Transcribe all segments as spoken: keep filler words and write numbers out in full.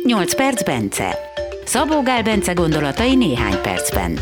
nyolc perc Bence. Szabó Gál Bence gondolatai néhány percben.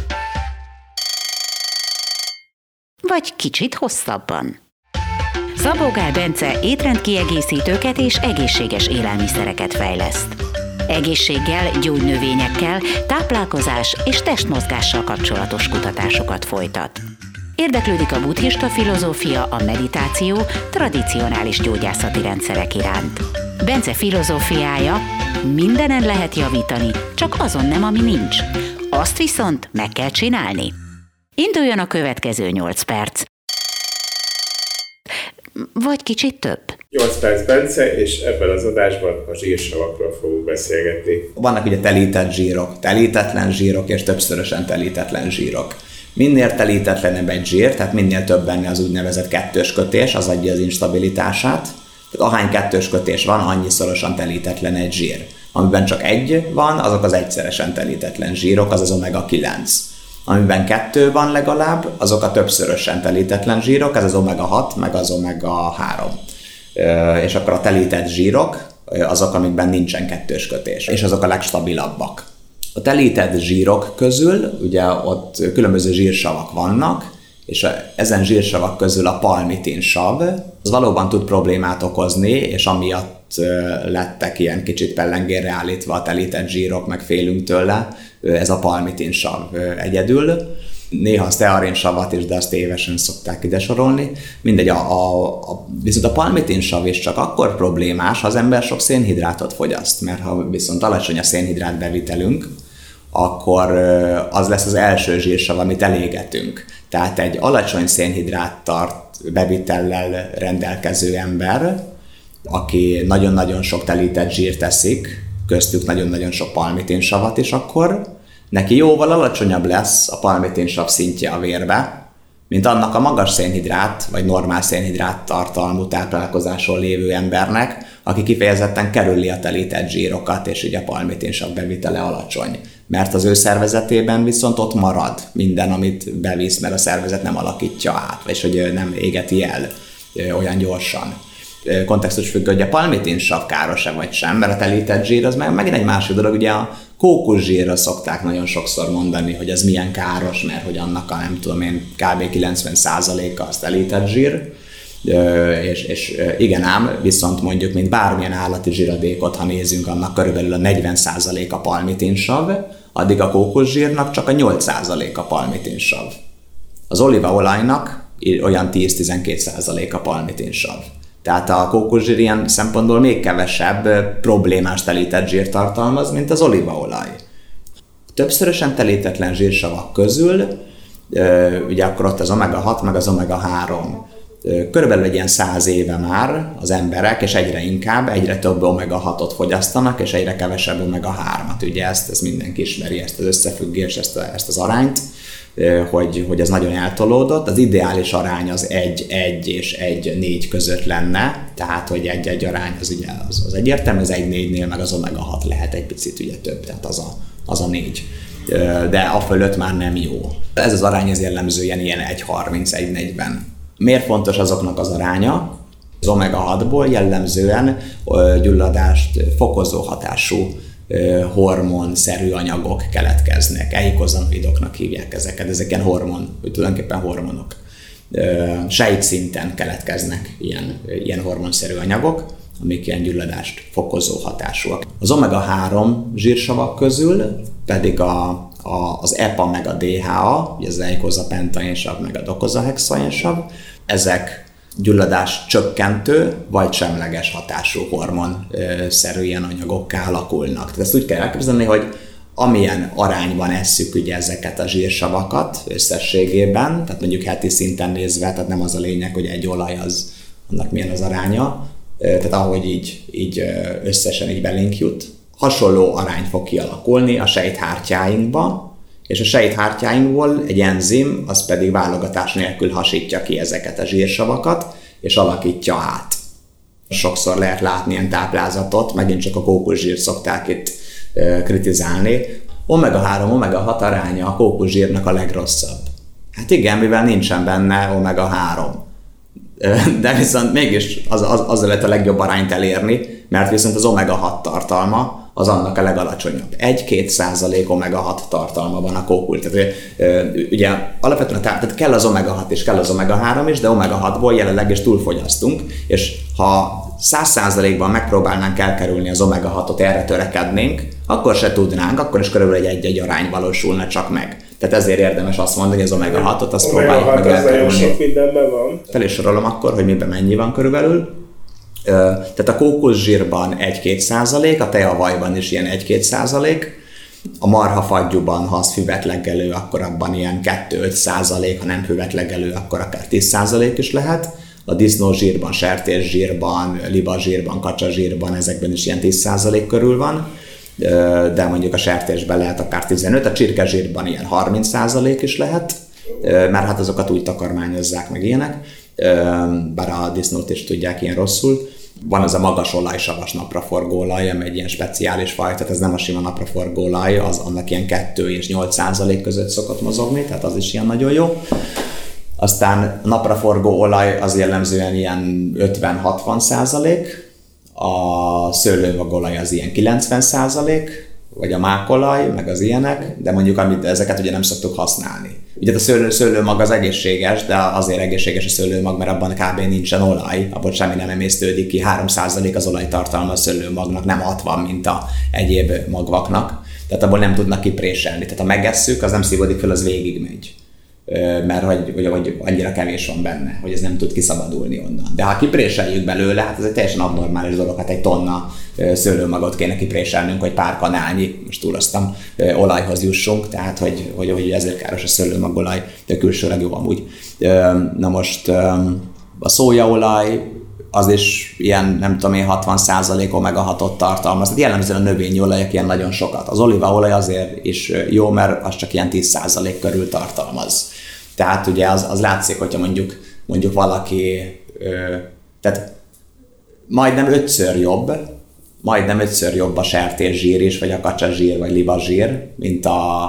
Vagy kicsit hosszabban. Szabó Gál Bence étrendkiegészítőket és egészséges élelmiszereket fejleszt. Egészséggel, gyógynövényekkel, táplálkozás és testmozgással kapcsolatos kutatásokat folytat. Érdeklődik a buddhista filozófia, a meditáció, tradicionális gyógyászati rendszerek iránt. Bence filozófiája: mindenen lehet javítani, csak azon nem, ami nincs. Azt viszont meg kell csinálni. Induljon a következő nyolc perc. Vagy kicsit több. nyolc perc Bence, és ebben az adásban a zsírsavakról fogunk beszélgetni. Vannak ugye telített zsírok, telítetlen zsírok és többszörösen telítetlen zsírok. Minél telítetlenebb egy zsír, tehát minél több benne az úgynevezett kettős kötés, az adja az instabilitását. Tehát ahány kettős kötés van, annyiszorosan telítetlen egy zsír. Amiben csak egy van, azok az egyszeresen telítetlen zsírok, az az omega kilenc. Amiben kettő van legalább, azok a többszörösen telítetlen zsírok, ez az omega hat, meg az omega három. És akkor a telített zsírok, azok, amikben nincsen kettős kötés, és azok a legstabilabbak. A telített zsírok közül ugye ott különböző zsírsavak vannak, és ezen zsírsavak közül a palmitinsav, az valóban tud problémát okozni, és amiatt lettek ilyen kicsit pellengérre állítva a telített zsírok, meg félünk tőle, ez a palmitinsav egyedül. Néha a sztearinsavat is, de azt tévesen szokták ide sorolni. Mindegy, a, a, a, viszont a palmitinsav is csak akkor problémás, ha az ember sok szénhidrátot fogyaszt, mert ha viszont alacsony a szénhidrát bevitelünk, akkor az lesz az első zsírsav, amit elégetünk. Tehát egy alacsony szénhidráttart bevitellel rendelkező ember, aki nagyon-nagyon sok telített zsírt teszik, köztük nagyon-nagyon sok palmitinsavat is, akkor neki jóval alacsonyabb lesz a palmitinsav szintje a vérbe, mint annak a magas szénhidrát, vagy normál szénhidrát tartalmú táplálkozáson lévő embernek, aki kifejezetten kerüli a telített zsírokat, és így a palmitinsav bevitele alacsony. Mert az ő szervezetében viszont ott marad minden, amit bevisz, mert a szervezet nem alakítja át, és hogy nem égeti el olyan gyorsan. Kontextus függ, hogy a palmitinsav káros-e vagy sem, mert a telített zsír az meg, megint egy másik dolog, ugye a kókuszsírra szokták nagyon sokszor mondani, hogy az milyen káros, mert hogy annak a nem tudom én kb. kilencven százaléka az telített zsír, és, és igen ám, viszont mondjuk, mint bármilyen állati zsíradékot, ha nézzünk, annak körülbelül a negyven százaléka palmitinsav, addig a kókuszsírnak csak a nyolc százaléka palmitinsav. Az olívaolajnak olyan tíz-tizenkét százaléka palmitinsav. Tehát a kókuszsír ilyen szempontból még kevesebb problémás telített zsírt tartalmaz, mint az olívaolaj. Többszörösen telítetlen zsírsavak közül, ugye akkor ott az omega hat, meg az omega három. Körülbelül egy ilyen száz éve már az emberek, és egyre inkább, egyre több omega hatot fogyasztanak, és egyre kevesebb omega hármat. Ugye ezt, ezt mindenki ismeri, ezt az összefüggést, ezt, a, ezt az arányt, hogy, hogy ez nagyon eltolódott. Az ideális arány az egy egy és egy négy között lenne, tehát hogy egy egy arány az ugye az, az egyértelmű, az egy négynél meg az omega hat lehet egy picit ugye több, tehát az a, az a négy. De a fölött már nem jó. Ez az arány az jellemzően ilyen egy harminc egy negyven. Miért fontos azoknak az aránya? Az omega hatból jellemzően gyulladást fokozó hatású hormonszerű anyagok keletkeznek. Eikozanoidoknak hívják ezeket, ezek ilyen hormon, tulajdonképpen hormonok. Sejt szinten keletkeznek ilyen, ilyen hormonszerű anyagok, amik ilyen gyulladást fokozó hatásúak. Az omega három zsírsavak közül pedig a, a, az e pá meg a dé há á, ez az eikozapentainsav meg a dokozahexainsav, ezek gyulladás csökkentő vagy semleges hatású hormonszerű ilyen anyagokká alakulnak. Tehát ezt úgy kell elképzelni, hogy amilyen arányban esszük ugye ezeket a zsírsavakat összességében, tehát mondjuk heti szinten nézve, tehát nem az a lényeg, hogy egy olaj az, annak milyen az aránya, tehát ahogy így, így összesen így belénk jut, hasonló arány fog kialakulni a sejthártyáinkba, és a sejthártyáinkból egy enzim, az pedig válogatás nélkül hasítja ki ezeket a zsírsavakat, és alakítja át. Sokszor lehet látni ilyen táplázatot, megint csak a kókuszsírt szokták itt e, kritizálni. omega három omega hat aránya a kókuszsírnak a legrosszabb. Hát igen, mivel nincsen benne omega három. De viszont mégis az, az, az lehet a legjobb arányt elérni, mert viszont az omega hat tartalma az annak a legalacsonyabb. egy-két százalék omega hat tartalma van a kókusz. Tehát ugye alapvetően tehát kell az omega hat és kell az omega három is, de omega hatból jelenleg is túlfogyasztunk, és ha száz százalékban megpróbálnánk elkerülni az omega hatot, erre törekednénk, akkor se tudnánk, akkor is körülbelül egy egy-egy arány valósulna csak meg. Tehát ezért érdemes azt mondani, hogy az omega hatot azt próbáljuk meg elkerülni. omega hat az nagyon sok mindenben van. Fel is sorolom akkor, hogy miben mennyi van körülbelül. Tehát a kókuszsírban egy-két százalék, a teavajban is ilyen egy-két százalék, a marhafagyúban, ha az füvetlegelő, akkor abban ilyen kettő-öt százalék, ha nem füvetlegelő, akkor akár tíz százalék is lehet. A disznózsírban, sertészsírban, libazsírban, kacsazsírban ezekben is ilyen tíz százalék körül van, de mondjuk a sertésben lehet akár tizenöt, a csirkezsírban ilyen harminc százalék is lehet, mert hát azokat úgy takarmányozzák meg ilyenek, bár a disznót is tudják ilyen rosszul. Van az a magas olajsavas napraforgóolaj, ami egy ilyen speciális faj, tehát ez nem a sima napraforgóolaj, az annak ilyen kettő és nyolc százalék között szokott mozogni, tehát az is ilyen nagyon jó. Aztán napraforgó olaj az jellemzően ilyen ötven-hatvan százalék, a szőlőmagolaj az ilyen kilencven százalék, vagy a mákolaj, meg az ilyenek, de mondjuk amit, ezeket ugye nem szoktuk használni. Ugye a szőlő, szőlőmag az egészséges, de azért egészséges a szőlőmag, mert abban kb. Nincsen olaj, abban semmi nem emésztődik ki, három százalék az olajtartalma a szőlőmagnak, nem hatvan, mint a egyéb magvaknak, tehát abból nem tudnak kipréselni. Tehát ha megesszük, az nem szívódik fel, az végigmegy. Mert hogy, hogy, hogy annyira kevés van benne, hogy ez nem tud kiszabadulni onnan. De ha kipréseljük belőle, hát ez egy teljesen abnormális dolog, hát egy tonna szőlőmagot kéne kipréselnünk, hogy pár kanálnyi, most túloztam, olajhoz jussunk, tehát hogy, hogy, hogy ezért káros a szőlőmagolaj, de külsőleg jó amúgy. Na most a szójaolaj, az is ilyen, nem tudom én, hatvan százalék omega hatot tartalmaz. Tehát jellemzően a növényi olajak ilyen nagyon sokat. Az olívaolaj azért is jó, mert az csak ilyen tíz százalék körül tartalmaz. Tehát ugye az, az látszik, hogyha mondjuk, mondjuk valaki, ö, tehát majdnem ötször jobb, majdnem ötször jobb a sertészsír is, vagy a kacsazsír, vagy libazsír, mint a,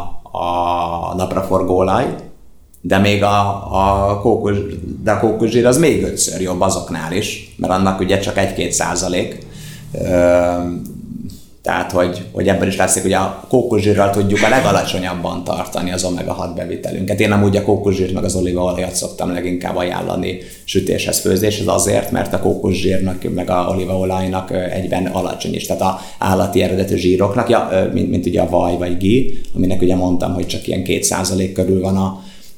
a napraforgóolaj. De még a, a, kókusz, de a kókuszsír az még ötször jobb azoknál is, mert annak ugye csak egy-két százalék. Tehát, hogy, hogy ebben is látszik, hogy a kókuszsírral tudjuk a legalacsonyabban tartani az omega hat bevitelünket. Én amúgy a kókuszsírt meg az olívaolajat szoktam leginkább ajánlani sütéshez, főzéshez azért, mert a kókuszsírnak meg a olívaolajnak egyben alacsony is. Tehát az állati eredetű zsíroknak, ja, mint, mint ugye a vaj vagy ghi, aminek ugye mondtam, hogy csak ilyen két százalék körül van a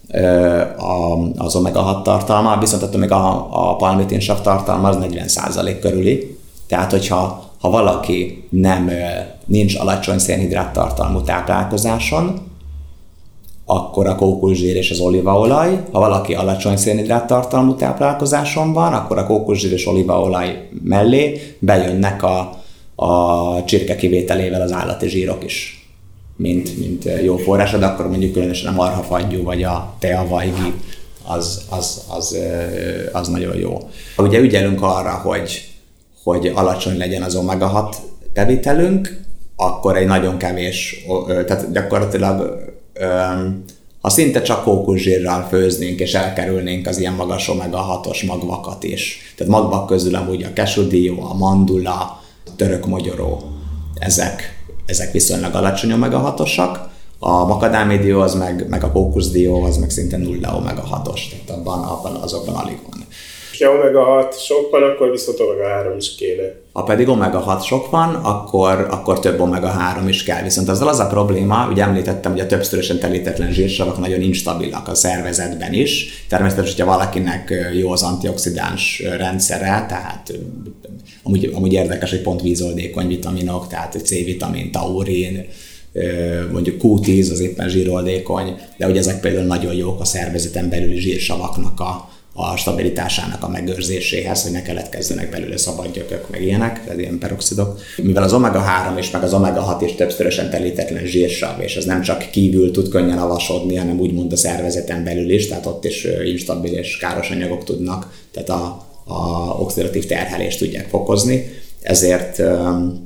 az omega hat tartalma, viszont attól még a, a palmitinsav tartalma az negyven százalék körüli. Tehát, hogyha ha valaki nem, nincs alacsony szénhidrát tartalmú táplálkozáson, akkor a kókuszsír és az olívaolaj. Ha valaki alacsony szénhidrát tartalmú táplálkozáson van, akkor a kókuszsír és olívaolaj mellé bejönnek a, a csirke kivételével az állati zsírok is. Mint, mint jó forrás, de akkor mondjuk különösen a marhafagyú vagy a teavaj az, az, az, az nagyon jó. Ugye ügyelünk arra, hogy, hogy alacsony legyen az omega hat bevitelünk, akkor egy nagyon kevés, tehát gyakorlatilag ha szinte csak kókuszsírral főznénk és elkerülnénk az ilyen magas omega hatos magvakat is. Tehát magvak közül amúgy a kesudió, a mandula, a török mogyoró, ezek ezek viszonylag alacsony omega hatosak, a makadámidió az meg, meg a kókuszdió az meg szinte nulla omega hatos, tehát abban, abban azokban alig van. Ha omega hat sok van, akkor viszont omega három is kéne. Ha pedig omega hat sok van, akkor, akkor több omega három is kell. Viszont azzal az a probléma, ugye említettem, hogy a többszörösen telítetlen zsírsavak nagyon instabilak a szervezetben is. Természetesen, hogyha valakinek jó az antioxidáns rendszere, tehát amúgy, amúgy érdekes, hogy pont vízoldékony vitaminok, tehát C-vitamin, taurin, mondjuk kú tíz az éppen zsíroldékony, de ugye ezek például nagyon jók a szervezeten belüli zsírsavaknak a a stabilitásának a megőrzéséhez, hogy ne keletkezzenek belőle szabad gyökök, meg ilyenek, tehát ilyen peroxidok. Mivel az omega három és meg az omega hat is többszörösen telítetlen zsírsav, és ez nem csak kívül tud könnyen avasodni, hanem úgymond a szervezeten belül is, tehát ott is instabil és káros anyagok tudnak, tehát a, a oxidatív terhelést tudják fokozni. Ezért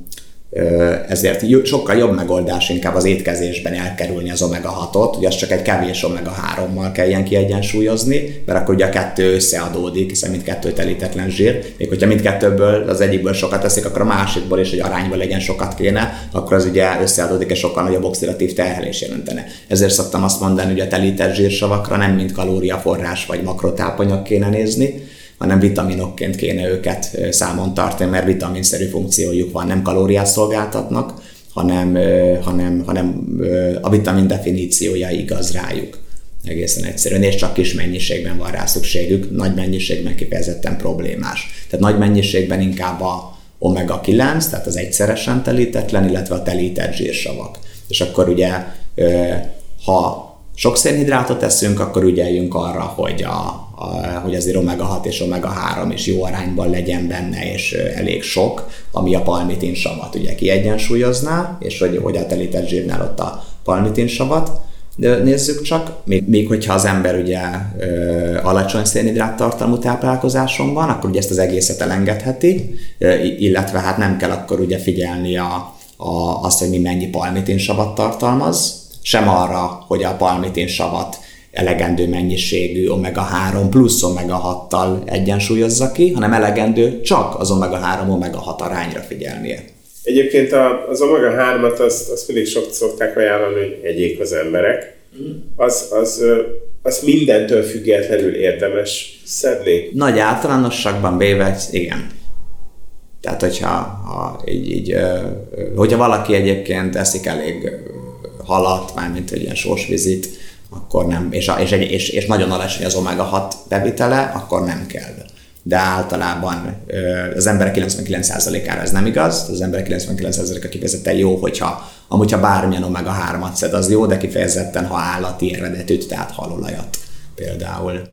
ezért sokkal jobb megoldás inkább az étkezésben elkerülni az omega hatot, ugye az csak egy kevés omega hárommal kelljen kiegyensúlyozni, mert akkor ugye a kettő összeadódik, hiszen mindkettő telítetlen zsír, még hogyha mindkettőből, az egyikből sokat teszik, akkor a másikból is, hogy arányban legyen sokat kéne, akkor az ugye összeadódik és sokkal nagyobb oxidatív terhelés jelentene. Ezért szoktam azt mondani, hogy a telített zsírsavakra nem mint kalóriaforrás vagy makrotápanyag kéne nézni, hanem vitaminokként kéne őket számon tartani, mert vitaminszerű funkciójuk van, nem kalóriát szolgáltatnak, hanem, hanem, hanem a vitamin definíciója igaz rájuk. Egészen egyszerűen, és csak kis mennyiségben van rá szükségük, nagy mennyiségben kifejezetten problémás. Tehát nagy mennyiségben inkább a omega kilenc, tehát az egyszeresen telítetlen, illetve a telített zsírsavak. És akkor ugye, ha sok szénhidrátot eszünk, akkor ügyeljünk arra, hogy, a, a, hogy azért omega hat és omega három is jó arányban legyen benne, és elég sok, ami a palmitinsavat ugye kiegyensúlyozná, és hogy, hogy a telített zsírnál ott a palmitinsavat. De nézzük csak, még, még hogyha az ember ugye ö, alacsony szénhidrát tartalmú táplálkozáson van, akkor ugye ezt az egészet elengedheti, ö, illetve hát nem kell akkor ugye figyelni a, a, azt, hogy mi mennyi palmitinsavat tartalmaz, sem arra, hogy a palmitinsavat elegendő mennyiségű omega három plusz omega hattal egyensúlyozza ki, hanem elegendő csak az omega három omega hat arányra figyelnie. Egyébként az omega hármat azt, azt mindig sokat szokták ajánlani, hogy egyék az emberek. Az, az, az mindentől függetlenül érdemes szedni? Nagy általánosságban véve, igen. Tehát, hogyha ha, így, így, hogyha valaki egyébként eszik elég halat, mármint egy ilyen sósvizit, akkor nem, és, és, és, és nagyon alacsony az omega hat bevitele, akkor nem kell. De általában az emberek kilencvenkilenc százalékára ez nem igaz, az emberek kilencvenkilenc százaléka kifejezetten jó, hogyha amúgy ha bármilyen omega hármat szed, az jó, de kifejezetten ha állati eredetűt, tehát halolajat például.